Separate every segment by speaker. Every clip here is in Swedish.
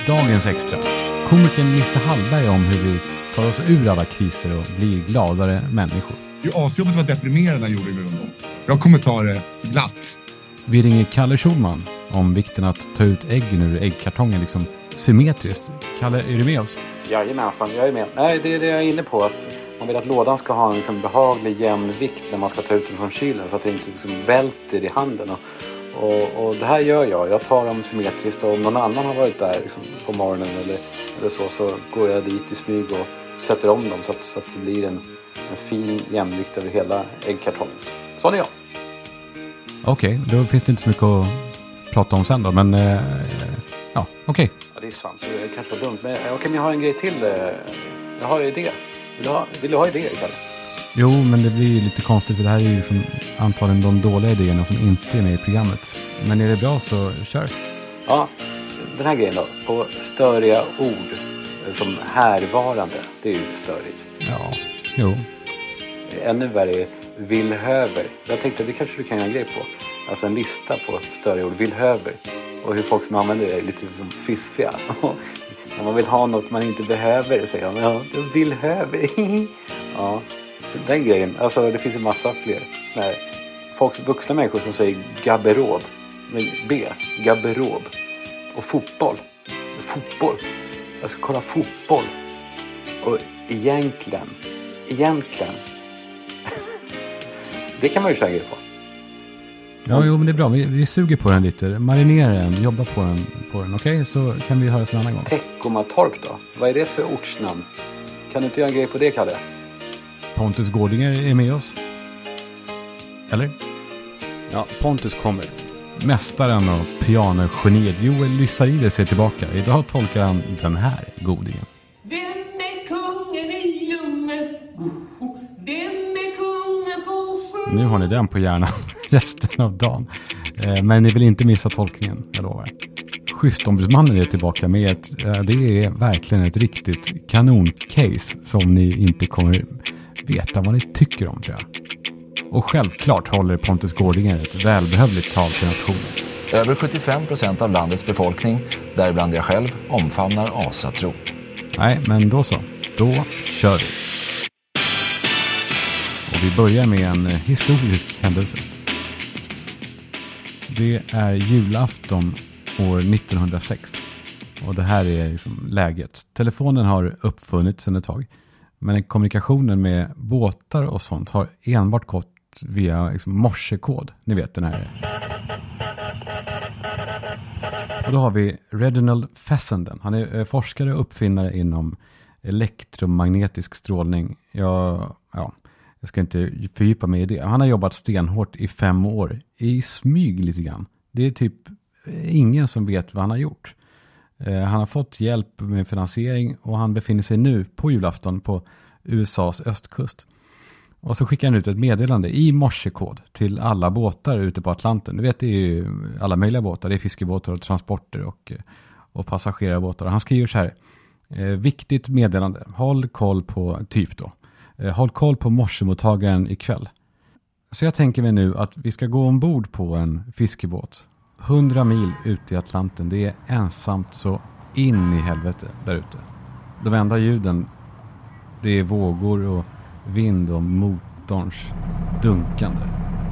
Speaker 1: dagens extra. Komikern Nisse Hallberg om hur vi tar oss ur alla kriser och blir gladare människor.
Speaker 2: Det är asjobbigt att vara deprimerad när jorden går runt om. Jag kommer ta det glatt.
Speaker 1: Vi ringer Kalle Schulman om vikten att ta ut äggen ur äggkartongen liksom symmetriskt. Kalle, är du med oss?
Speaker 3: Jajamensan, jag är med. Nej, det är det jag är inne på. Att man vill att lådan ska ha en liksom behaglig jämn vikt när man ska ta ut den från kylen. Så att det inte liksom välter i handen. Och det här gör jag. Jag tar dem symmetriskt. Och om någon annan har varit där liksom, på morgonen eller så går jag dit i smyg och sätter om dem. Så att det blir en fin jämvikt över hela äggkartongen. Så är jag.
Speaker 1: Okej, då finns det inte så mycket att prata om sen då. Men ja, okej.
Speaker 3: Ja, det är sant. Det kanske var dumt. Men okej, jag har en grej till. Jag har en idé. Vill du ha idéer, Kalle?
Speaker 1: Jo, men det blir ju lite konstigt för det här är ju som antagligen de dåliga idéerna som inte är med i programmet. Men är det bra så kör.
Speaker 3: Ja, den här grejen då. På störiga ord som härvarande. Det är ju störigt.
Speaker 1: Ja, jo.
Speaker 3: Ännu värre villhöver. Jag tänkte att det kanske du kan göra en grej på. Alltså en lista på störiga ord. Villhöver. Och hur folk som använder det är lite som fiffiga. När man vill ha något man inte behöver säger de, ja, jag villhöver. Ja, den grejen. Alltså det finns en massa fler. Folk, vuxna människor som säger garderob. Med B. Garderob. Och fotboll. Fotboll. Jag ska kolla fotboll. Och egentligen. Det kan man ju köra på.
Speaker 1: Ja, jo, men det är bra. Vi suger på den lite. Marinera den, jobba på den. Okej, så kan vi höra en annan gång.
Speaker 3: Teckomatorp då? Vad är det för ortsnamn? Kan du inte göra en grej på det, Kalle?
Speaker 1: Pontus Gårdinger är med oss. Eller?
Speaker 4: Ja, Pontus kommer.
Speaker 1: Mästaren och pianogeniet Joel Lysarides är tillbaka. Idag tolkar han den här godingen.
Speaker 5: Vem är kungen i djungeln? Vem är kungen på sjön?
Speaker 1: Nu har ni den på hjärnan resten av dagen. Men ni vill inte missa tolkningen, jag lovar. Schystombudsmannen är tillbaka med det är verkligen ett riktigt kanoncase som ni inte kommer veta vad ni tycker om, tror jag. Och självklart håller Pontus Gårdinger ett välbehövligt tal till nationen.
Speaker 6: Över 75% av landets befolkning, däribland jag själv, omfamnar asatro.
Speaker 1: Nej, men då så. Då kör vi. Och vi börjar med en historisk händelse. Det är julafton år 1906. Och det här är liksom läget. Telefonen har uppfunnits sedan ett tag. Men kommunikationen med båtar och sånt har enbart gått via liksom morsekod. Ni vet den här. Och då har vi Reginald Fessenden. Han är forskare och uppfinnare inom elektromagnetisk strålning. Jag ska inte fördjupa mig i det. Han har jobbat stenhårt i 5 år. I smyg lite grann. Det är typ ingen som vet vad han har gjort. Han har fått hjälp med finansiering och han befinner sig nu på julafton på USAs östkust. Och så skickar han ut ett meddelande i morsekod till alla båtar ute på Atlanten. Du vet, det är ju alla möjliga båtar. Det är fiskebåtar och transporter och passagerarbåtar. Och han skriver så här. Viktigt meddelande. Håll koll på håll koll på morsemottagaren ikväll. Så jag tänker mig nu att vi ska gå ombord på en fiskebåt. 100 mil ute i Atlanten. Det är ensamt så in i helvete där ute. De enda ljuden, det är vågor och vind och motorns dunkande.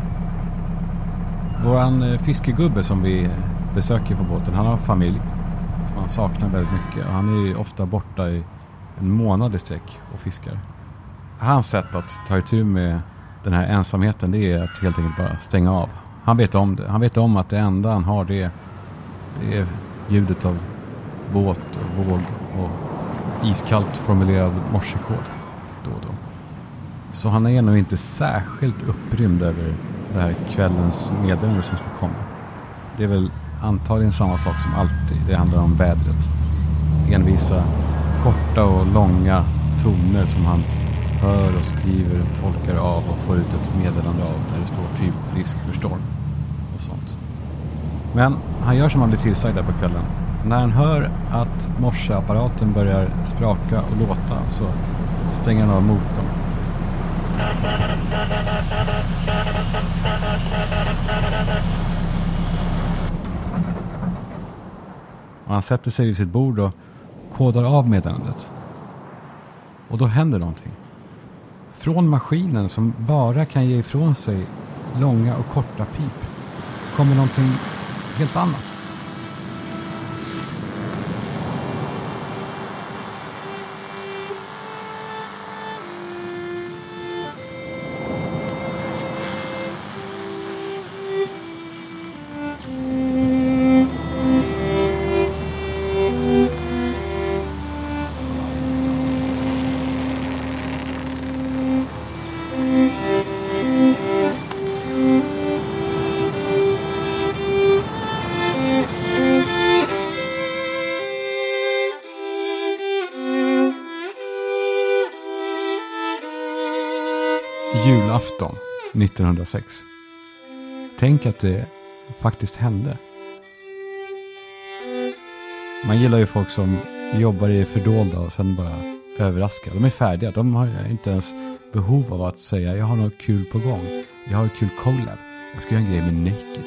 Speaker 1: Våran fiskegubbe som vi besöker på båten, han har familj som han saknar väldigt mycket. Och han är ju ofta borta i en månad i sträck och fiskar. Hans sätt att ta itu med den här ensamheten, det är att helt enkelt bara stänga av. Han vet om det. Han vet om att det enda han har det är ljudet av båt och våg och iskallt formulerad morsekod då och då. Så han är nog inte särskilt upprymd över det här kvällens meddelande som ska komma. Det är väl antagligen samma sak som alltid. Det handlar om vädret. Envisa korta och långa toner som han hör och skriver och tolkar av och får ut ett meddelande av där det står typ risk för storm och sånt. Men han gör som han blir tillsagd där på kvällen. När han hör att morseapparaten börjar spraka och låta så stänger han av motorn. Och han sätter sig vid sitt bord och kodar av meddelandet. Och då händer någonting. Från maskinen som bara kan ge ifrån sig långa och korta pip kommer någonting helt annat. Julafton 1906. Tänk att det faktiskt hände. Man gillar ju folk som jobbar i fördolda och sen bara överraskar. De är färdiga. De har inte ens behov av att säga jag har något kul på gång. Jag har ett kul collab. Jag ska göra en grej med Naked.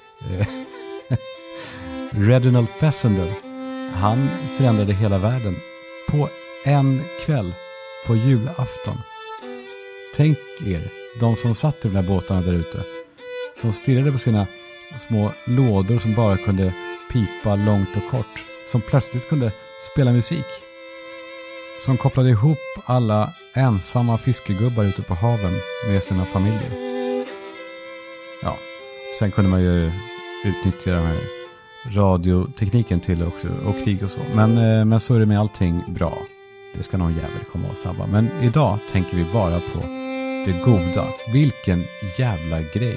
Speaker 1: Reginald Fessenden, han förändrade hela världen på en kväll på julafton. Tänk er, de som satt i de där båtarna där ute, som stirrade på sina små lådor som bara kunde pipa långt och kort, som plötsligt kunde spela musik, som kopplade ihop alla ensamma fiskegubbar ute på haven med sina familjer. Ja, sen kunde man ju utnyttja den här radiotekniken till också, och krig och så. Men så är det med allting bra. Det ska någon jävel komma och sabba. Men idag tänker vi bara på det goda. Vilken jävla grej.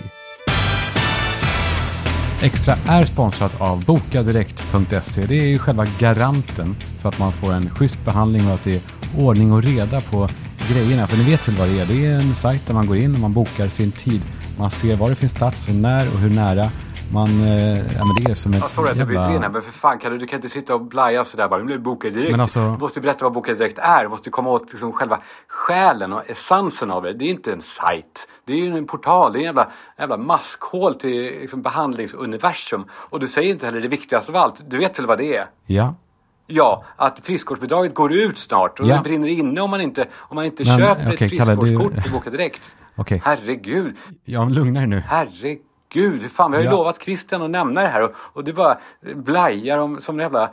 Speaker 1: Extra är sponsrat av bokadirekt.se. Det är ju själva garanten för att man får en schysst behandling och att det är ordning och reda på grejerna. För ni vet väl vad det är. Det är en sajt där man går in och man bokar sin tid. Man ser var det finns plats och när och hur nära. Men det är som ett
Speaker 3: sorry att jag bryter in här, men för fan du kan inte sitta och blaja sådär bara, nu blir det Boka Direkt.
Speaker 1: Men alltså,
Speaker 3: du måste berätta vad Boka Direkt är, du måste komma åt liksom själva själen och essensen av det. Det är inte en sajt, det är ju en portal, det är en jävla maskhål till liksom behandlingsuniversum. Och du säger inte heller det viktigaste av allt, du vet väl vad det är?
Speaker 1: Ja.
Speaker 3: Ja, att friskvårdsbidraget går ut snart och det brinner inne om man inte köper ett friskvårdskort på Boka Direkt.
Speaker 1: Okay.
Speaker 3: Herregud.
Speaker 1: Ja, lugna dig nu.
Speaker 3: Herregud, hur fan, vi har ju lovat Christian att nämna det här och du bara blajar om som en jävla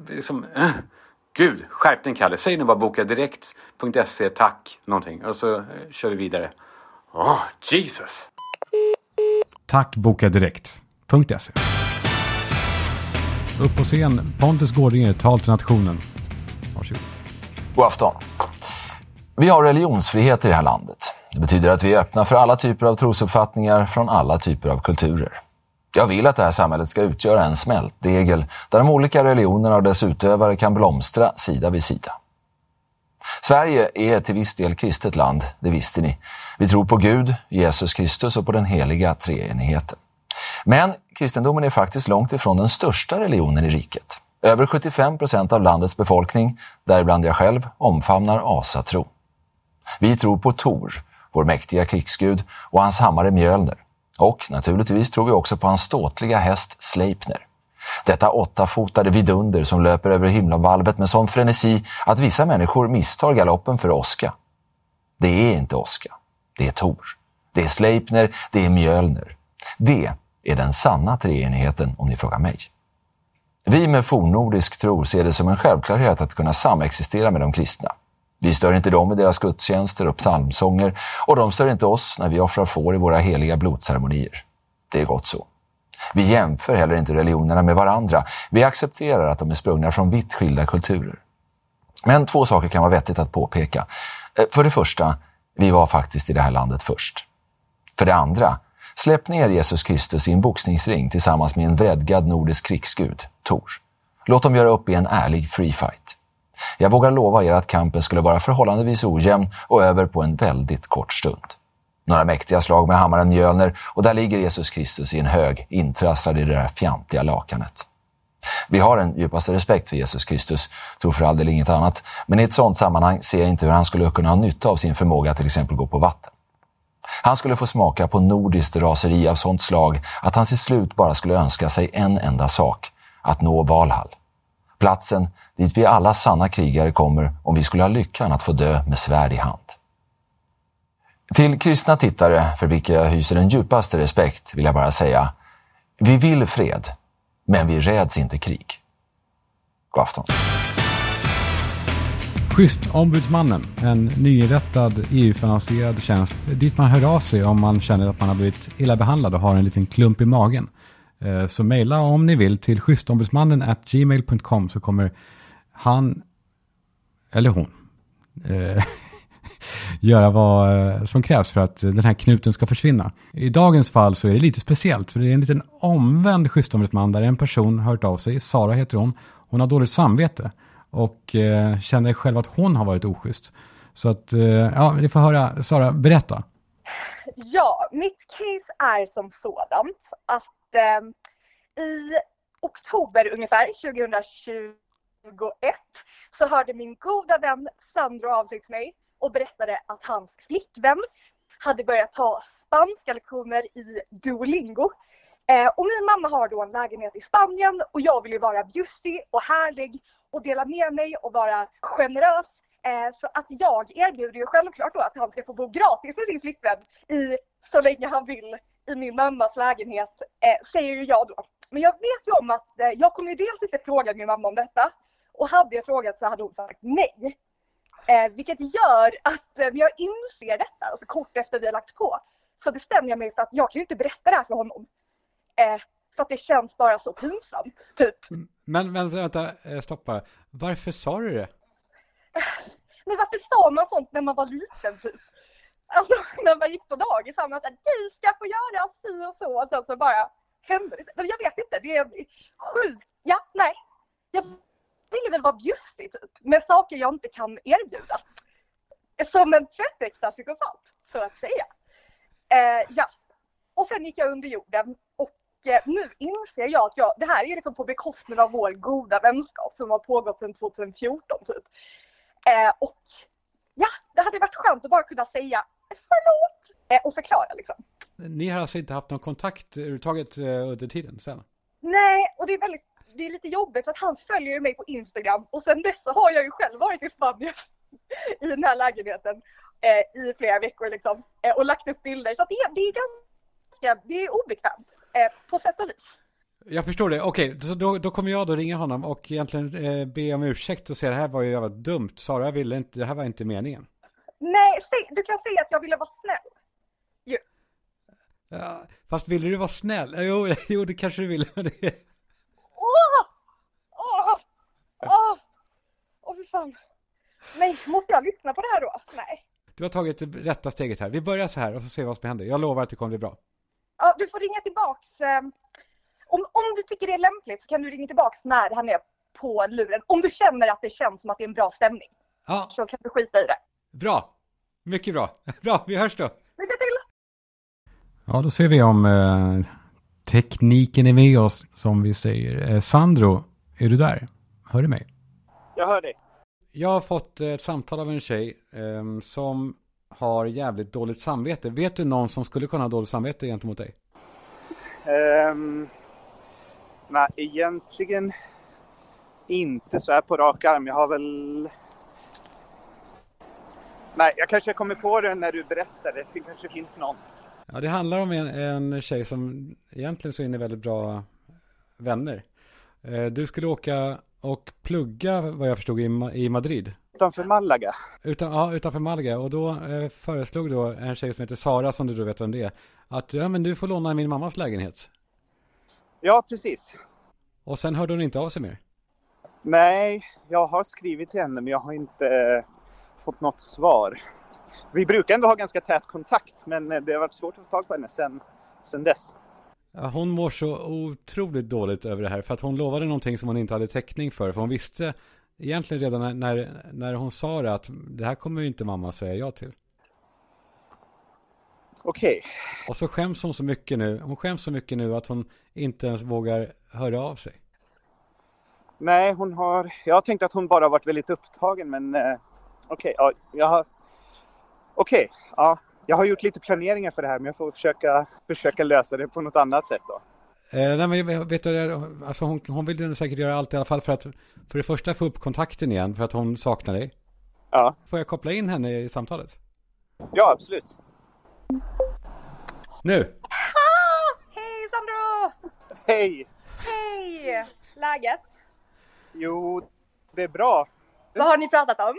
Speaker 3: Gud, skärpning Kalle. Säg nu bara bokadirekt.se, tack, någonting. Och så kör vi vidare. Jesus.
Speaker 1: Tack bokadirekt.se. Upp på scen, Pontus Gårdinger, tal till nationen. Varsågod.
Speaker 6: God afton. Vi har religionsfrihet i det här landet. Det betyder att vi är öppna för alla typer av trosuppfattningar från alla typer av kulturer. Jag vill att det här samhället ska utgöra en smältdegel där de olika religionerna och dess utövare kan blomstra sida vid sida. Sverige är till viss del kristet land, det visste ni. Vi tror på Gud, Jesus Kristus och på den heliga treenigheten. Men kristendomen är faktiskt långt ifrån den största religionen i riket. Över 75% av landets befolkning, däribland jag själv, omfamnar asatro. Vi tror på Tor, vår mäktiga krigsgud, och hans hammare Mjölner. Och naturligtvis tror vi också på hans ståtliga häst Sleipner. Detta 8-fotade vidunder som löper över himlavalvet med sån frenesi att vissa människor misstar galoppen för Oska. Det är inte Oska, det är Tor. Det är Sleipner, det är Mjölner. Det är den sanna treenigheten om ni frågar mig. Vi med fornnordisk tro ser det som en självklarhet att kunna samexistera med de kristna. Vi stör inte dem i deras gudstjänster och psalmsånger och de stör inte oss när vi offrar får i våra heliga blodceremonier. Det är gott så. Vi jämför heller inte religionerna med varandra. Vi accepterar att de är sprungna från vitt skilda kulturer. Men 2 saker kan vara vettigt att påpeka. För det första, vi var faktiskt i det här landet först. För det andra, släpp ner Jesus Kristus i en boxningsring tillsammans med en vredgad nordisk krigsgud, Tor. Låt dem göra upp i en ärlig free fight. Jag vågar lova er att kampen skulle vara förhållandevis ojämn och över på en väldigt kort stund. Några mäktiga slag med hammaren Mjölner och där ligger Jesus Kristus i en hög, intrasslad i det där fjantiga lakanet. Vi har en djupaste respekt för Jesus Kristus, tror för all del inget annat, men i ett sådant sammanhang ser jag inte hur han skulle kunna ha nytta av sin förmåga att till exempel gå på vatten. Han skulle få smaka på nordiskt raseri av sånt slag att han till slut bara skulle önska sig en enda sak, att nå Valhall. Platsen dit vi alla sanna krigare kommer om vi skulle ha lyckan att få dö med svärd i hand. Till kristna tittare för vilka jag hyser den djupaste respekt vill jag bara säga: vi vill fred, men vi räds inte krig. God afton.
Speaker 1: Schysst-ombudsmannen, en nyinrättad EU-finansierad tjänst dit man hör av sig om man känner att man har blivit illa behandlad och har en liten klump i magen. Så mejla om ni vill till schystombudsmannen@gmail.com, så kommer han eller hon göra vad som krävs för att den här knuten ska försvinna. I dagens fall så är det lite speciellt, för det är en liten omvänd schystombudsman där en person har hört av sig. Sara heter hon. Hon har dåligt samvete och känner själv att hon har varit oschysst. Så att, ja, ni får höra. Sara, berätta.
Speaker 7: Ja, mitt case är som sådant att i oktober ungefär 2021 så hörde min goda vän Sandro av sig till mig och berättade att hans flickvän hade börjat ta spanska lektioner i Duolingo. Och min mamma har då en lägenhet i Spanien och jag vill ju vara bjussig och härlig och dela med mig och vara generös. Så att jag erbjuder ju självklart då att han ska få bo gratis med sin flickvän så länge han vill i min mammas lägenhet, säger ju jag då. Men jag vet ju om att jag kommer ju dels inte fråga min mamma om detta, och hade jag frågat så hade hon sagt nej. Vilket gör att när jag inser detta, alltså kort efter vi har lagt på, så bestämmer jag mig för att jag kan ju inte berätta det här för honom. För att det känns bara så pinsamt, typ.
Speaker 1: Men vänta, stoppa. Varför sa du det?
Speaker 7: Men varför sa man sånt när man var liten, typ? Alltså när man gick på dagis sa man att du ska få göra si och så, och sen så bara hände det. Jag vet inte, det är sjukt. Ja, nej. Jag vill väl vara bjussig typ, med saker jag inte kan erbjuda. Som en tvättäkta psykopat, så att säga. Ja. Och sen gick jag under jorden och nu inser jag att det här är liksom på bekostnad av vår goda vänskap som har pågått sedan 2014 typ. Och ja, det hade varit skönt att bara kunna säga förlåt och förklara liksom.
Speaker 1: Ni har alltså inte haft någon kontakt överhuvudtaget under tiden sen?
Speaker 7: Nej, och det är lite jobbigt för att han följer ju mig på Instagram och sen dess så har jag ju själv varit i Spanien i den här lägenheten i flera veckor liksom, och lagt upp bilder, så att det är obekvämt på sätt och vis.
Speaker 1: Jag förstår det. Okej, så då kommer jag då ringa honom och egentligen be om ursäkt och säga det här var ju jävla dumt. Sara ville inte, det här var inte meningen.
Speaker 7: Nej, du kan säga att jag ville vara snäll. Jo.
Speaker 1: Ja, fast ville du vara snäll? Jo, det kanske du ville.
Speaker 7: Åh, fy fan. Nej, måste jag lyssna på det här då? Nej.
Speaker 1: Du har tagit det rätta steget här. Vi börjar så här och så ser vi vad som händer. Jag lovar att det kommer bli bra.
Speaker 7: Ja, du får ringa tillbaks. Om du tycker det är lämpligt så kan du ringa tillbaks när han är på luren. Om du känner att det känns som att det är en bra stämning.
Speaker 1: Ja.
Speaker 7: Så kan du skita i det.
Speaker 1: Bra. Mycket bra. Bra, vi hörs då.
Speaker 7: Lycka till!
Speaker 1: Ja, då ser vi om tekniken är med oss, som vi säger. Sandro, är du där? Hör du mig?
Speaker 8: Jag hör dig. Jag
Speaker 1: har fått ett samtal av en tjej som har jävligt dåligt samvete. Vet du någon som skulle kunna ha dåligt samvete gentemot dig?
Speaker 8: Nej, egentligen inte så här på rak arm. Jag har väl... Nej, jag kanske kommer på det när du berättar det. Det kanske finns någon.
Speaker 1: Ja, det handlar om en tjej som egentligen så är väldigt bra vänner. Du skulle åka och plugga, vad jag förstod, i Madrid.
Speaker 8: Utanför Malaga.
Speaker 1: Utanför Malaga. Och då föreslog då en tjej som heter Sara, som du vet vem det är, att men du får låna min mammas lägenhet.
Speaker 8: Ja, precis.
Speaker 1: Och sen hörde hon inte av sig mer?
Speaker 8: Nej, jag har skrivit till henne men jag har inte fått något svar. Vi brukar ändå ha ganska tät kontakt, men det har varit svårt att få tag på henne sen dess.
Speaker 1: Ja, hon mår så otroligt dåligt över det här, för att hon lovade någonting som hon inte hade täckning för hon visste egentligen redan när hon sa det att det här kommer ju inte mamma säga ja till.
Speaker 8: Okej.
Speaker 1: Och så skäms hon så mycket nu. Hon skäms så mycket nu att hon inte ens vågar höra av sig.
Speaker 8: Nej, jag har tänkt att hon bara varit väldigt upptagen, men okej, jag har gjort lite planeringar för det här, men jag får försöka lösa det på något annat sätt då.
Speaker 1: Nej, men vet du, alltså hon vill ju säkert göra allt i alla fall för det första få upp kontakten igen för att hon saknar dig.
Speaker 8: Ja.
Speaker 1: Får jag koppla in henne i samtalet?
Speaker 8: Ja, absolut.
Speaker 1: Nu!
Speaker 7: Hej Sandro!
Speaker 8: Hej!
Speaker 7: Hej! Läget?
Speaker 8: Jo, det är bra.
Speaker 7: Vad har ni pratat om?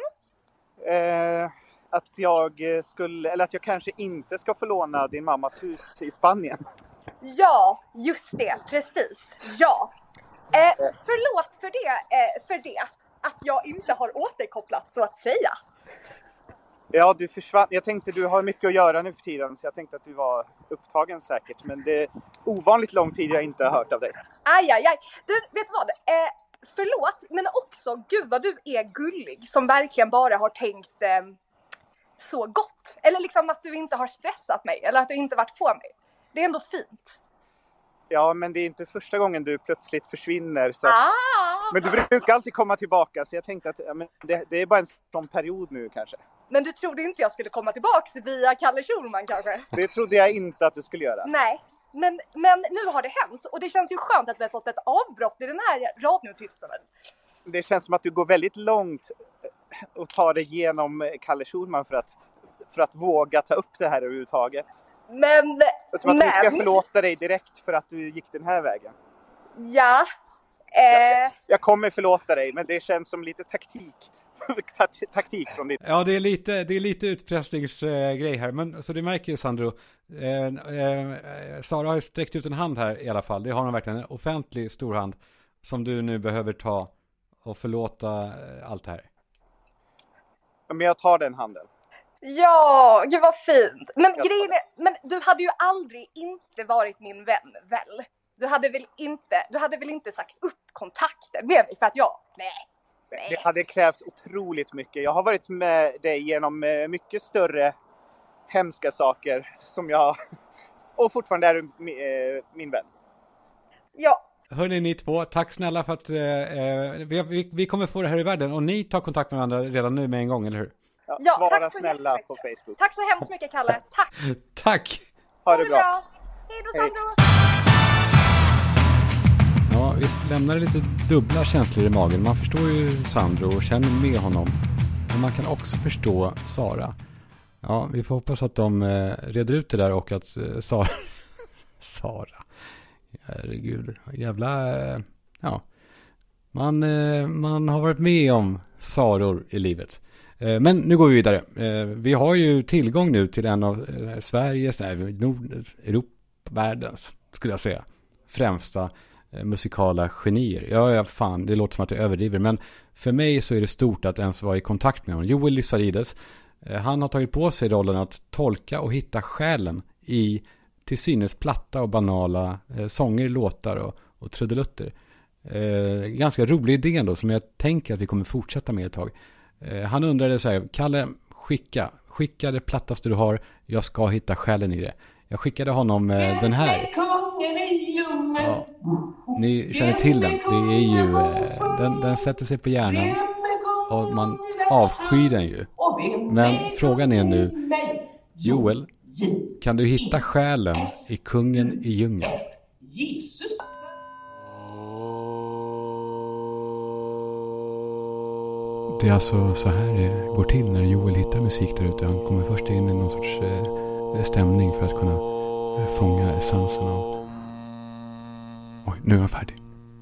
Speaker 8: Att jag kanske inte ska få låna din mammas hus i Spanien.
Speaker 7: Ja, just det. Precis. Ja. Förlåt för det. Att jag inte har återkopplat så att säga.
Speaker 8: Ja, du försvann. Jag tänkte du har mycket att göra nu för tiden, så jag tänkte att du var upptagen säkert. Men det är ovanligt lång tid jag inte har hört av dig.
Speaker 7: Aj. Du, vet vad? Förlåt, men också, gud vad du är gullig som verkligen bara har tänkt så gott. Eller liksom att du inte har stressat mig, eller att du inte varit på mig. Det är ändå fint.
Speaker 8: Ja, men det är inte första gången du plötsligt försvinner. Så att... Men du brukar alltid komma tillbaka, så jag tänkte att det är bara en sån period nu kanske.
Speaker 7: Men du trodde inte jag skulle komma tillbaka via Kalle Schulman kanske?
Speaker 8: Det trodde jag inte att du skulle göra.
Speaker 7: Nej, men nu har det hänt. Och det känns ju skönt att vi har fått ett avbrott i den här radiotystnaden.
Speaker 8: Det känns som att du går väldigt långt och tar dig igenom Kalle Schulman för att våga ta upp det här överhuvudtaget.
Speaker 7: Men...
Speaker 8: Som att du ska förlåta dig direkt för att du gick den här vägen.
Speaker 7: Ja.
Speaker 8: Jag kommer förlåta dig, men det känns som lite taktik från ditt.
Speaker 1: Ja, det är lite utpressningsgrej här. Men så det märker ju Sandro. Sara har ju sträckt ut en hand här i alla fall. Det har hon verkligen, en offentlig stor hand som du nu behöver ta och förlåta allt det här.
Speaker 8: Men jag tar den handen.
Speaker 7: Ja, gud vad fint. Men grejen är, men du hade ju aldrig inte varit min vän, väl? Du hade väl inte sagt upp kontakten med mig för att nej.
Speaker 8: Det hade krävt otroligt mycket. Jag har varit med dig genom mycket större hemska saker som jag... Och fortfarande är du min vän.
Speaker 7: Ja.
Speaker 1: Hörrni, ni två, tack snälla för att vi kommer få det här i världen. Och ni tar kontakt med varandra redan nu med en gång, eller hur?
Speaker 8: Ja, svara snälla på Facebook.
Speaker 7: Tack så hemskt mycket, Kalle. Tack.
Speaker 1: Tack.
Speaker 8: Ha det bra.
Speaker 7: Hej då, Sandro.
Speaker 1: Ja, visst lämnar det lite dubbla känslor i magen. Man förstår ju Sandro och känner med honom. Men man kan också förstå Sara. Ja, vi får hoppas att de reder ut det där och att Sara. Herregud, jävla... Ja, man har varit med om Saror i livet. Men nu går vi vidare. Vi har ju tillgång nu till en av Sveriges, världens, skulle jag säga, främsta musikala genier. Ja, fan, det låter som att jag överdriver, men för mig så är det stort att ens vara i kontakt med honom. Joel Lissarides, han har tagit på sig rollen att tolka och hitta själen i till synes platta och banala sånger, låtar och trudelutter. Ganska rolig idé ändå, som jag tänker att vi kommer fortsätta med ett tag. Han undrade så här: Kalle, skicka det plattaste du har, jag ska hitta själen i det. Jag skickade honom den här. Ja, ni känner till den. Det är ju den sätter sig på hjärnan och man avskyr den ju. Men frågan är nu, Joel, kan du hitta själen i kungen i djungeln?
Speaker 5: Jesus.
Speaker 1: Det är alltså så här det går till när Joel hittar musik där ute. Han kommer först in i någon sorts stämning för att kunna fånga essensen av... Oj, nu är jag färdig.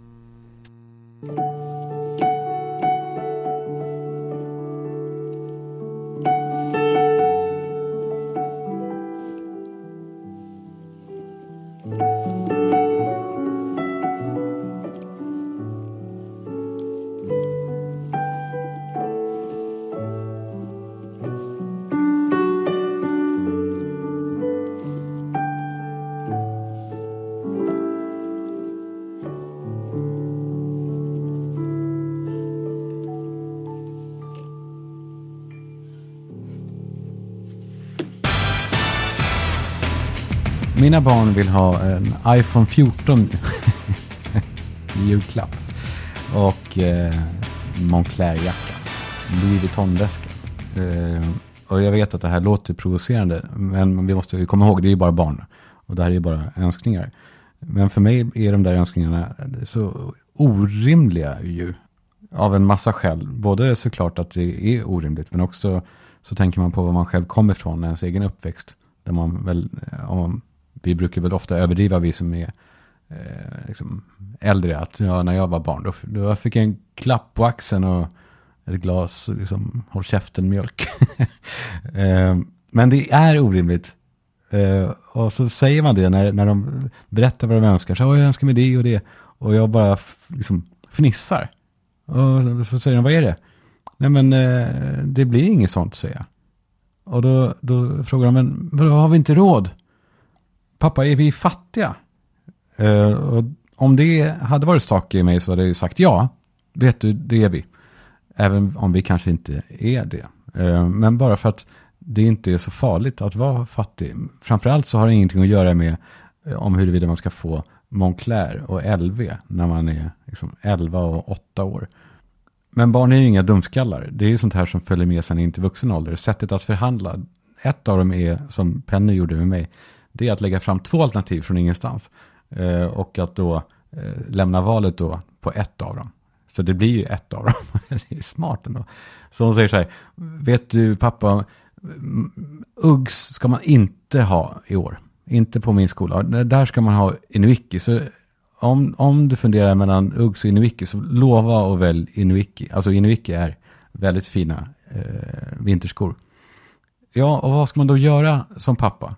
Speaker 1: Mina barn vill ha en iPhone 14 i julklapp och Moncler-jacka, Louis Vuitton-väska. Och jag vet att det här låter provocerande, men vi måste komma ihåg, det är ju bara barn och det här är ju bara önskningar. Men för mig är de där önskningarna så orimliga ju. Av en massa skäl. Både såklart att det är orimligt, men också så tänker man på vad man själv kommer ifrån, ens egen uppväxt. Där man väl, vi brukar väl ofta överdriva, vi som är liksom äldre, att när jag var barn då fick jag en klapp på axeln och ett glas liksom, håll käften mjölk. Men det är orimligt. Och så säger man det när de berättar vad de önskar. Så jag önskar mig det och det. Och jag bara liksom fnissar. Och så säger de, vad är det? Nej men det blir inget sånt, säger jag. Och då frågar de, men vadå, har vi inte råd? Pappa, är vi fattiga? Och om det hade varit saker i mig så hade jag sagt ja, vet du, det är vi. Även om vi kanske inte är det. Men bara för att det inte är så farligt att vara fattig. Framförallt så har det ingenting att göra med om huruvida man ska få Moncler och LV när man är liksom 11 och 8 år. Men barn är ju inga dumskallar. Det är ju sånt här som följer med sen in till vuxen ålder. Sättet att förhandla. Ett av dem är, som Penny gjorde med mig, det är att lägga fram 2 alternativ från ingenstans. Och att då lämna valet då på ett av dem. Så det blir ju ett av dem. Det är smart ändå. Så hon säger så här, vet du pappa, Uggs ska man inte ha i år. Inte på min skola. Där ska man ha Inuiki. Så om du funderar mellan Uggs och Inuiki, så lova och välj Inuiki. Alltså Inuiki är väldigt fina vinterskor. Ja, och vad ska man då göra som pappa?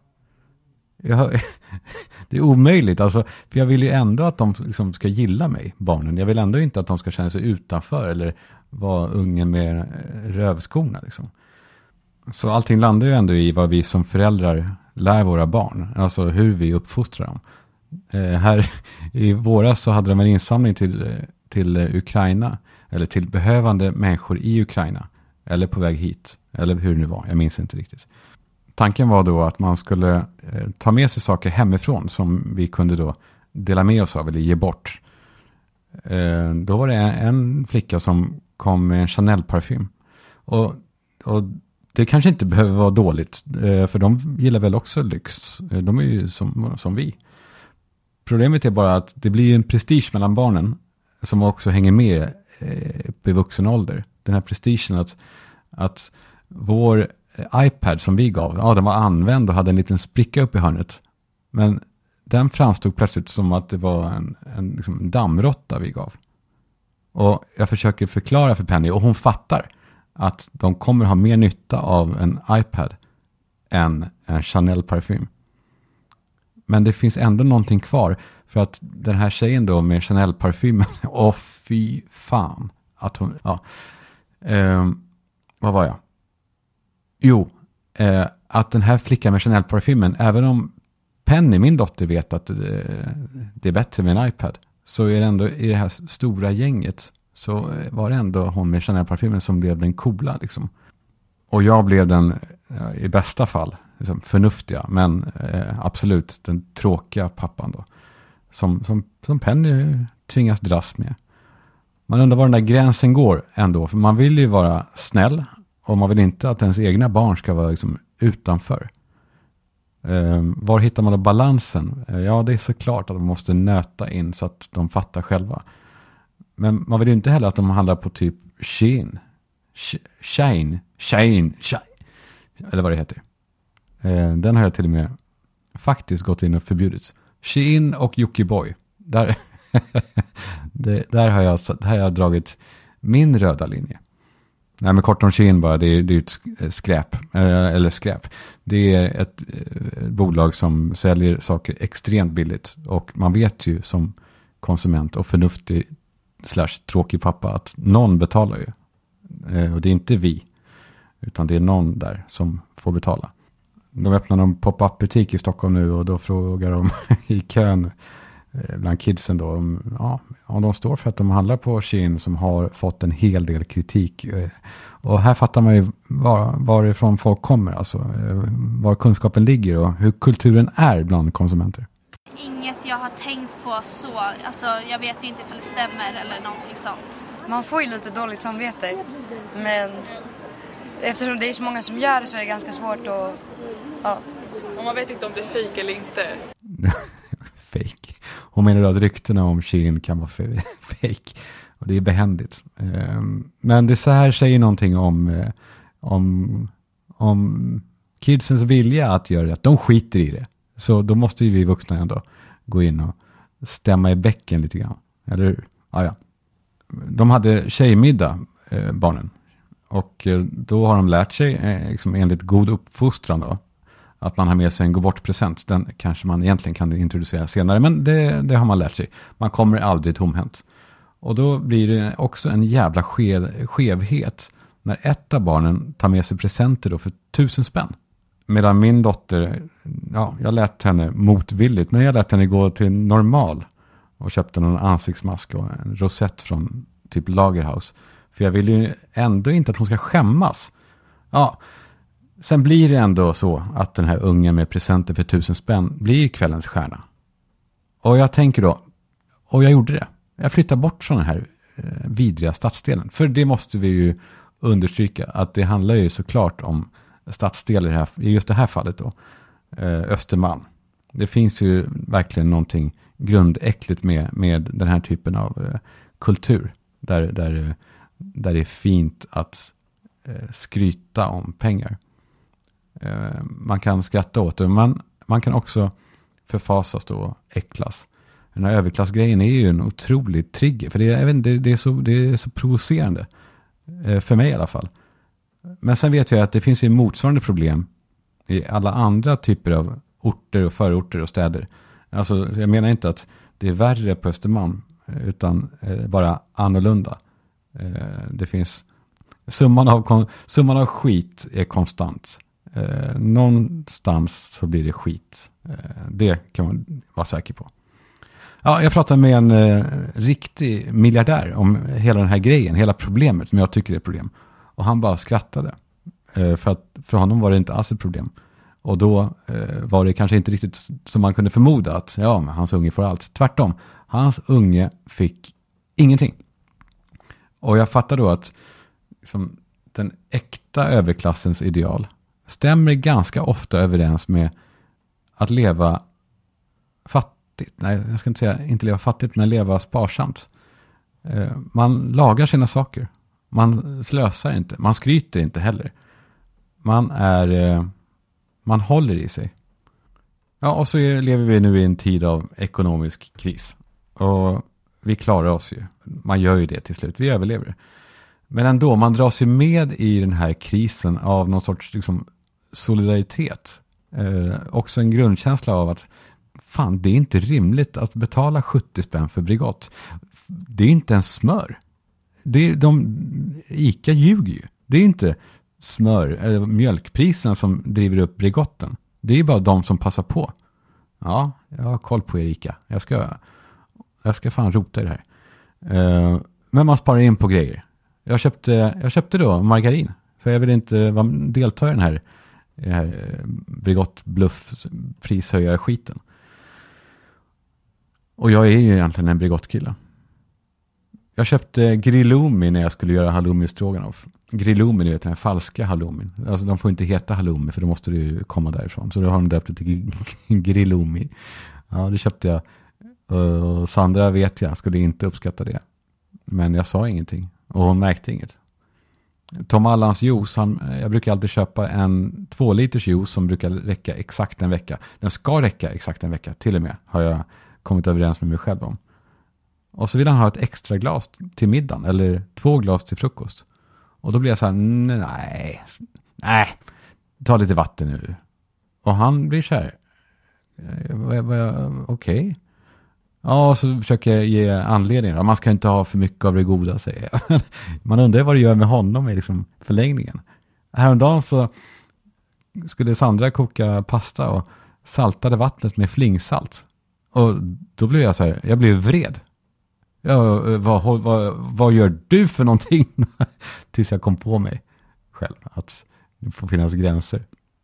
Speaker 1: Det är omöjligt. Alltså, för jag vill ju ändå att de liksom ska gilla mig, barnen. Jag vill ändå inte att de ska känna sig utanför eller vara ungen med rövskorna. Liksom. Så allting landar ju ändå i vad vi som föräldrar lär våra barn. Alltså hur vi uppfostrar dem. Här i våras så hade de en insamling till Ukraina. Eller till behövande människor i Ukraina. Eller på väg hit. Eller hur det nu var, jag minns inte riktigt. Tanken var då att man skulle ta med sig saker hemifrån som vi kunde då dela med oss av eller ge bort. Då var det en flicka som kom med en Chanel-parfym. Och det kanske inte behöver vara dåligt, för de gillar väl också lyx. De är ju som vi. Problemet är bara att det blir en prestige mellan barnen som också hänger med upp i vuxen ålder. Den här prestigen att vår iPad som vi gav, den var använd och hade en liten spricka upp i hörnet. Men den framstod plötsligt som att det var en liksom dammråtta vi gav. Och jag försöker förklara för Penny, och hon fattar att de kommer ha mer nytta av en iPad än en Chanel-parfym. Men det finns ändå någonting kvar, för att den här tjejen då med Chanel-parfymen, fy fan. Att hon, vad var jag? Jo, att den här flickan med Chanel-parfymen, även om Penny, min dotter, vet att det är bättre med en iPad, så är det ändå i det här stora gänget, så var det ändå hon med Chanel-parfymen som blev den coola liksom. Och jag blev den, i bästa fall, liksom, förnuftiga, men absolut den tråkiga pappan då. Som Penny tvingas dras med. Man undrar var den där gränsen går ändå, för man vill ju vara snäll. Och man vill inte att ens egna barn ska vara liksom utanför. Var hittar man då balansen? Ja, det är såklart att man måste nöta in så att de fattar själva. Men man vill ju inte heller att de handlar på typ Shein. Eller vad det heter. Den har jag till och med faktiskt gått in och förbjudit. Shein och Jockiboi. Där har jag dragit min röda linje. Nej, men kort om Shein bara, det är ett skräp. Det är ett bolag som säljer saker extremt billigt. Och man vet ju som konsument och förnuftig / tråkig pappa att någon betalar ju. Och det är inte vi, utan det är någon där som får betala. De öppnar en pop-up butik i Stockholm nu, och då frågar de i kön bland kidsen då om de står för att de handlar på Shein, som har fått en hel del kritik. Och här fattar man ju varifrån folk kommer, alltså var kunskapen ligger och hur kulturen är bland konsumenter.
Speaker 9: Inget jag har tänkt på så, alltså jag vet inte om det stämmer eller någonting sånt.
Speaker 10: Man får ju lite dåligt samvete, men eftersom det är så många som gör det så är det ganska svårt att... Ja.
Speaker 11: Och man vet inte om det är fake eller inte.
Speaker 1: Fake. Hon menar då att ryktena om Shein kan vara fake. Och det är behändigt. Men det så här säger någonting om kidsens vilja att göra det. De skiter i det. Så då måste ju vi vuxna ändå gå in och stämma i bäcken lite grann. Eller hur? Ja. De hade tjejmiddag, barnen. Och då har de lärt sig, liksom enligt god uppfostran då, att man har med sig en gå bort-present. Den kanske man egentligen kan introducera senare, men det har man lärt sig. Man kommer aldrig tomhänt. Och då blir det också en jävla skevhet när ett av barnen tar med sig presenter då för 1000 spänn. Medan min dotter, jag lät henne motvilligt, men jag lät henne gå till Normal och köpte någon ansiktsmask och en rosett från typ Lagerhaus. För jag vill ju ändå inte att hon ska skämmas. Ja, sen blir det ändå så att den här ungen med presenter för 1000 spänn blir kvällens stjärna. Och jag tänker då, och jag gjorde det. Jag flyttar bort sådana här vidriga stadsdelen. För det måste vi ju understryka, att det handlar ju såklart om stadsdelar i just det här fallet då. Östermalm. Det finns ju verkligen någonting grundäckligt med den här typen av kultur. Där det är fint att skryta om pengar. Man kan skratta åt det, men man kan också förfasas då och äcklas. Den här överklassgrejen är ju en otrolig trigger. För det är så provocerande. För mig i alla fall. Men sen vet jag att det finns ju motsvarande problem i alla andra typer av orter och förorter och städer. Alltså jag menar inte att det är värre på Östermalm, utan bara annorlunda. Det finns summan av skit är konstant. Någonstans så blir det skit. Det kan man vara säker på. Ja, jag pratade med en riktig miljardär om hela den här grejen, hela problemet som jag tycker är ett problem. Och han bara skrattade. För honom var det inte alls ett problem. Och då var det kanske inte riktigt som man kunde förmoda att men hans unge får allt. Tvärtom, hans unge fick ingenting. Och jag fattar då att liksom, den äkta överklassens ideal stämmer ganska ofta överens med att leva fattigt. Nej, jag ska inte säga inte leva fattigt, men leva sparsamt. Man lagar sina saker. Man slösar inte. Man skryter inte heller. Man håller i sig. Ja, och så lever vi nu i en tid av ekonomisk kris. Och vi klarar oss ju. Man gör ju det till slut. Vi överlever. Men ändå, man dras ju med i den här krisen av någon sorts liksom, solidaritet. Också en grundkänsla av att fan, det är inte rimligt att betala 70 spänn för Bregott. Det är inte en smör. Ica ljuger ju. Det är inte smör eller mjölkpriserna som driver upp Bregotten. Det är bara de som passar på. Ja, jag har koll på Ica. Jag ska fan rota i det här. Men man sparar in på grejer. Jag köpte då margarin. För jag vill inte delta i den här Bregott bluff prishöjare skiten. Och jag är ju egentligen en Bregott-kille. Jag köpte Grilloumi när jag skulle göra halloumi stroganoff. Grilloumi, det är den här falska halloumin. Alltså de får inte heta halloumi för då måste det ju komma därifrån. Så då har de döpt det till Grilloumi. Ja, det köpte jag. Och Sandra vet jag skulle inte uppskatta det. Men jag sa ingenting. Och hon märkte inget. Tom Allans juice, jag brukar alltid köpa en 2 liters juice som brukar räcka exakt en vecka. Den ska räcka exakt en vecka, till och med, har jag kommit överens med mig själv om. Och så vill han ha ett extra glas till middagen, eller 2 glas till frukost. Och då blir jag så här, nej, ta lite vatten nu. Och han blir så här, okej. Ja, och så försöker jag ge anledningar. Man ska inte ha för mycket av det goda, säger jag. Man undrar vad det gör med honom i liksom förlängningen. Häromdagen så skulle Sandra koka pasta och saltade vattnet med flingsalt. Och då blev jag så här, jag blev vred. Vad gör du för någonting? Tills jag kom på mig själv att det får finnas gränser.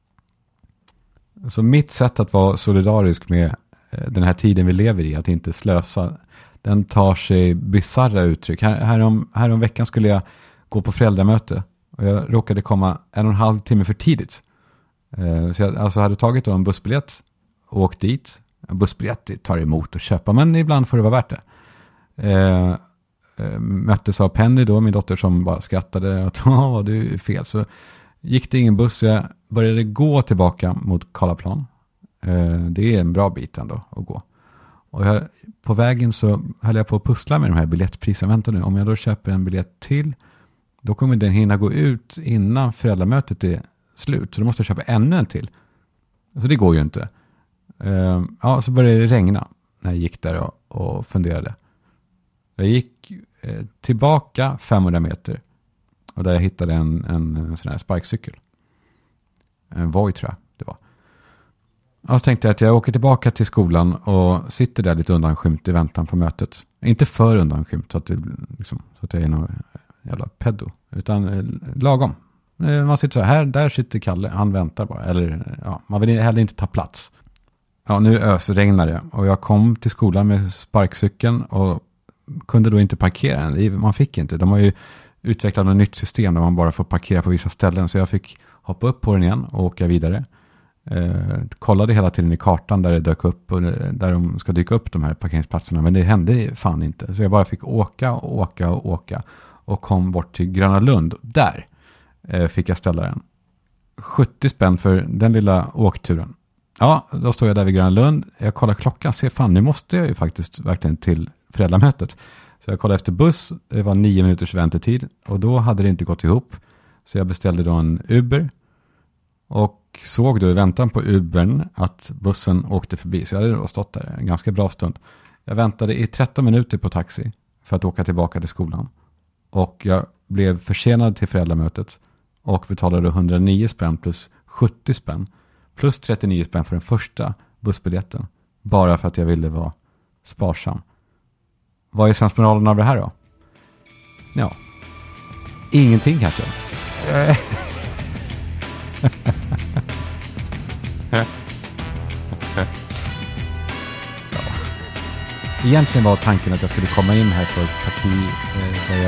Speaker 1: Så mitt sätt att vara solidarisk med den här tiden vi lever i, att inte slösa, den tar sig bizarra uttryck. Härom veckan skulle jag gå på föräldramöte och jag råkade komma 1,5 timme för tidigt. Så jag alltså hade tagit en bussbiljett och åkt dit bussbiljett tar emot och köpa, men ibland får det vara värt det. Möttes av Penny då, min dotter, som bara skrattade att det är fel. Så gick det ingen buss, så jag började gå tillbaka mot Karlaplan. Det är en bra bit ändå att gå. Och på vägen så höll jag på att pussla med de här biljettpriserna. Vänta nu, om jag då köper en biljett till, då kommer den hinna gå ut innan föräldramötet är slut. Så då måste jag köpa ännu en till. Så det går ju inte. Så började det regna när jag gick där och funderade. Jag gick tillbaka 500 meter. Och där jag hittade en sån här sparkcykel. En Voi tror jag det var. Och så tänkte jag att jag åker tillbaka till skolan och sitter där lite undanskymt i väntan på mötet. Inte för undanskymt så att, så att jag är någon jävla pedo. Utan lagom. Man sitter så här, där sitter Kalle, han väntar bara. Eller man vill heller inte ta plats. Ja, nu ösregnar det. Och jag kom till skolan med sparkcykeln och kunde då inte parkera den. Man fick inte. De har ju utvecklat ett nytt system där man bara får parkera på vissa ställen. Så jag fick hoppa upp på den igen och åka vidare. Kollade hela tiden i kartan där det dök upp och där de ska dyka upp de här parkeringsplatserna, men det hände fan inte, så jag bara fick åka och kom bort till Gröna Lund. Där fick jag ställa den 70 spänn för den lilla åkturen. Ja, då står jag där vid Gröna Lund, jag kollar klockan, ser fan, nu måste jag ju faktiskt verkligen till föräldramötet, så jag kollade efter buss, det var 9 minuters väntetid och då hade det inte gått ihop, så jag beställde då en Uber och såg då i väntan på Ubern att bussen åkte förbi. Så jag hade då stått där en ganska bra stund. Jag väntade i 13 minuter på taxi för att åka tillbaka till skolan. Och jag blev försenad till föräldramötet och betalade 109 spänn plus 70 spänn plus 39 spänn för den första bussbiljetten. Bara för att jag ville vara sparsam. Vad är sensmoralen av det här då? Ja, ingenting kanske. Egentligen var tanken att jag skulle komma in här på ett parti där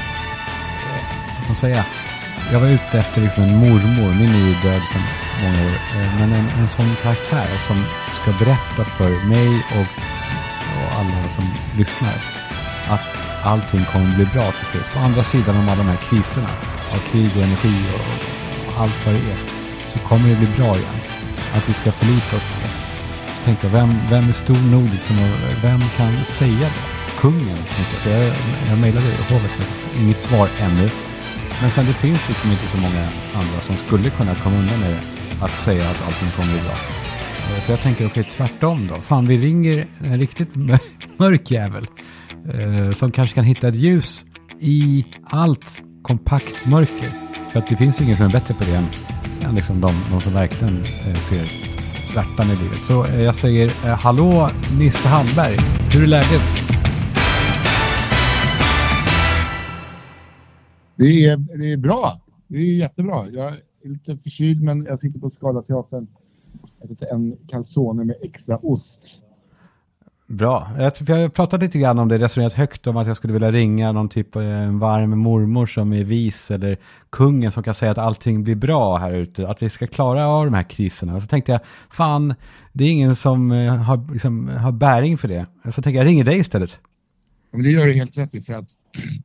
Speaker 1: jag var ute efter liksom en mormor, min är ju död sedan många år, men en sån karaktär som ska berätta för mig och alla som lyssnar att allting kommer bli bra till slut. På andra sidan om alla de här kriserna av krig och energi och allt vad det är, så kommer det bli bra igen. Att vi ska förlita oss på det. Så tänkte jag, vem är stor nordigt som vem kan säga det? Kungen. Så jag mejlade hovet, inget svar ännu. Men sen det finns liksom inte så många andra som skulle kunna komma undan med att säga att allting kommer bli bra. Så jag tänker, okej, tvärtom då. Fan, vi ringer en riktigt mörk jävel. Som kanske kan hitta ett ljus i allt kompakt mörker. För att det finns ingen som är bättre på det än liksom de som verkligen ser svärtan i livet. Så jag säger, hallå Nisse Hallberg, hur är läget?
Speaker 2: Det är bra. Det är jättebra. Jag är lite förkyld, men jag sitter på Skalateatern. Jag äter en calzone med extra ost.
Speaker 1: Bra. Jag pratade lite grann om det, resonerat högt om att jag skulle vilja ringa någon typ av en varm mormor som är vis, eller kungen som kan säga att allting blir bra här ute, att vi ska klara av de här kriserna. Så tänkte jag, fan, det är ingen som har bäring för det. Så tänkte jag ringer dig istället.
Speaker 2: Men det gör det helt rätt i, för att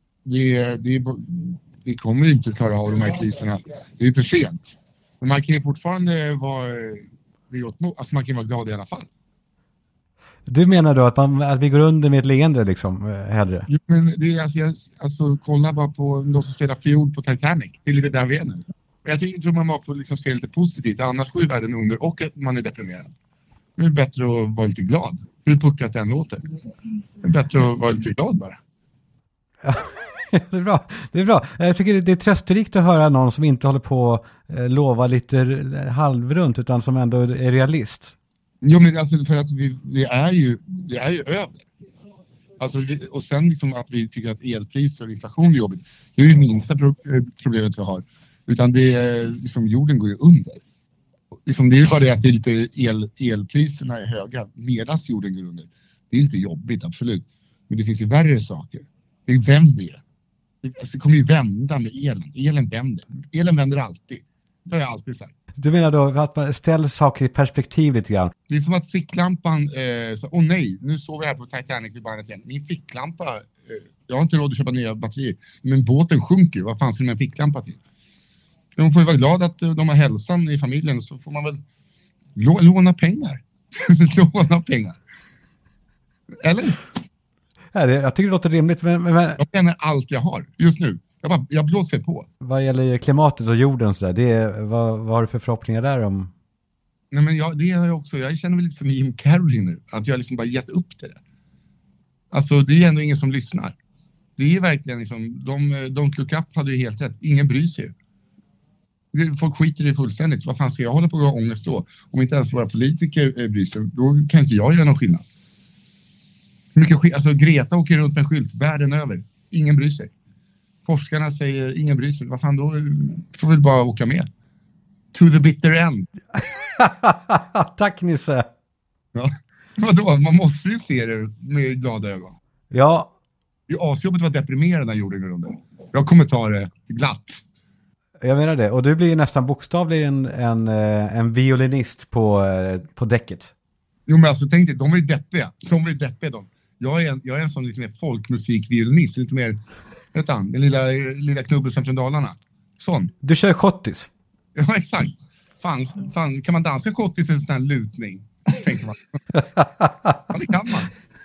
Speaker 2: vi kommer ju inte klara av de här kriserna. Det är för sent. Men man kan ju fortfarande man kan vara glad i alla fall.
Speaker 1: Du menar då att vi går under med ett leende liksom, hellre?
Speaker 2: Jo, men det är alltså kolla bara på de som spelar fiol på Titanic. Det är lite där vi är nu. Jag tror man får liksom se lite positivt. Annars går ju världen under och man är deprimerad. Det är bättre att vara lite glad. Hur puckat den låter. Det är bättre att vara lite glad bara.
Speaker 1: Ja, det är bra. Det är bra. Jag tycker det är trösterikt att höra någon som inte håller på att lova lite halvrunt, utan som ändå är realist.
Speaker 2: Jo, men alltså för att det är ju över. Alltså, och sen liksom att vi tycker att elpriser och inflation är jobbigt. Det är ju minsta problemet vi har. Utan det är liksom, jorden går ju under. Liksom, det är ju bara det att det är lite elpriserna är höga medan jorden går under. Det är lite jobbigt, absolut. Men det finns ju värre saker. Det vänder ju. Det kommer ju vända med elen. Elen vänder alltid. Det har jag alltid sagt.
Speaker 1: Du menar då att man ställer saker i perspektiv lite grann?
Speaker 2: Det är som att ficklampan, åh nej, nu såg vi här på Titanic vid bandet igen. Min ficklampa, jag har inte råd att köpa nya batterier, men båten sjunker, vad fan ska med en ficklampa till? De får ju vara glada att de har hälsan i familjen, så får man väl låna pengar. Låna pengar. Eller?
Speaker 1: Jag tycker det låter rimligt. Men...
Speaker 2: Jag känner allt jag har just nu. Jag blåser på.
Speaker 1: Vad gäller klimatet och jorden och sådär, vad har du för förhoppningar där om?
Speaker 2: Nej, men det har jag också. Jag känner väl lite som Jim Carrey nu. Att jag liksom bara gett upp det där. Alltså det är ändå ingen som lyssnar. Det är verkligen liksom, de Look Up hade ju helt rätt. Ingen bryr sig. Folk skiter i fullständigt. Vad fan ska jag hålla på att ha ångest då? Om inte ens våra politiker bryr sig, då kan inte jag göra någon skillnad. Alltså Greta åker runt med en skylt världen över. Ingen bryr sig. Forskarna säger ingen bryr sig. Vad fan, då får vi bara åka med. To the bitter end.
Speaker 1: Tack Nisse.
Speaker 2: Ja. Vadå? Man måste ju se det med glada ögon.
Speaker 1: Ja.
Speaker 2: Asjobbet var deprimerande när jorden går under. Jag kommer ta det glatt.
Speaker 1: Jag menar det. Och du blir ju nästan bokstavligen en violinist på däcket.
Speaker 2: Jo men alltså tänk dig, de var ju deppiga. Jag är en sån lite mer folkmusikviolinist. Lite mer, vet han, den lilla knubben från Dalarna. Sån.
Speaker 1: Du kör schottis.
Speaker 2: Ja exakt. Fan, kan man dansa schottis i en sån här lutning? Tänker man. Ja det kan man.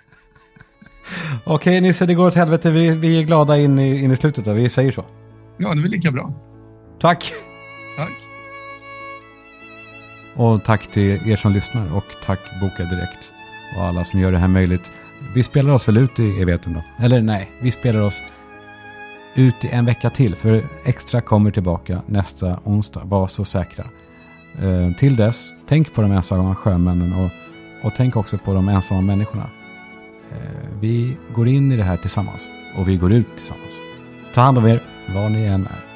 Speaker 1: Okej Nisse, det går åt helvete. Vi är glada in i slutet då. Vi säger så.
Speaker 2: Ja, det är väl lika bra.
Speaker 1: Tack.
Speaker 2: Tack.
Speaker 1: Och tack till er som lyssnar och tack Boka Direkt och alla som gör det här möjligt. Vi spelar oss väl ut i evigheten då? Eller nej, vi spelar oss ut i en vecka till, för Extra kommer tillbaka nästa onsdag. Var så säkra. Till dess, tänk på de ensamma sjömännen och tänk också på de ensamma människorna. Vi går in i det här tillsammans och vi går ut tillsammans. Ta hand om er, var ni än är.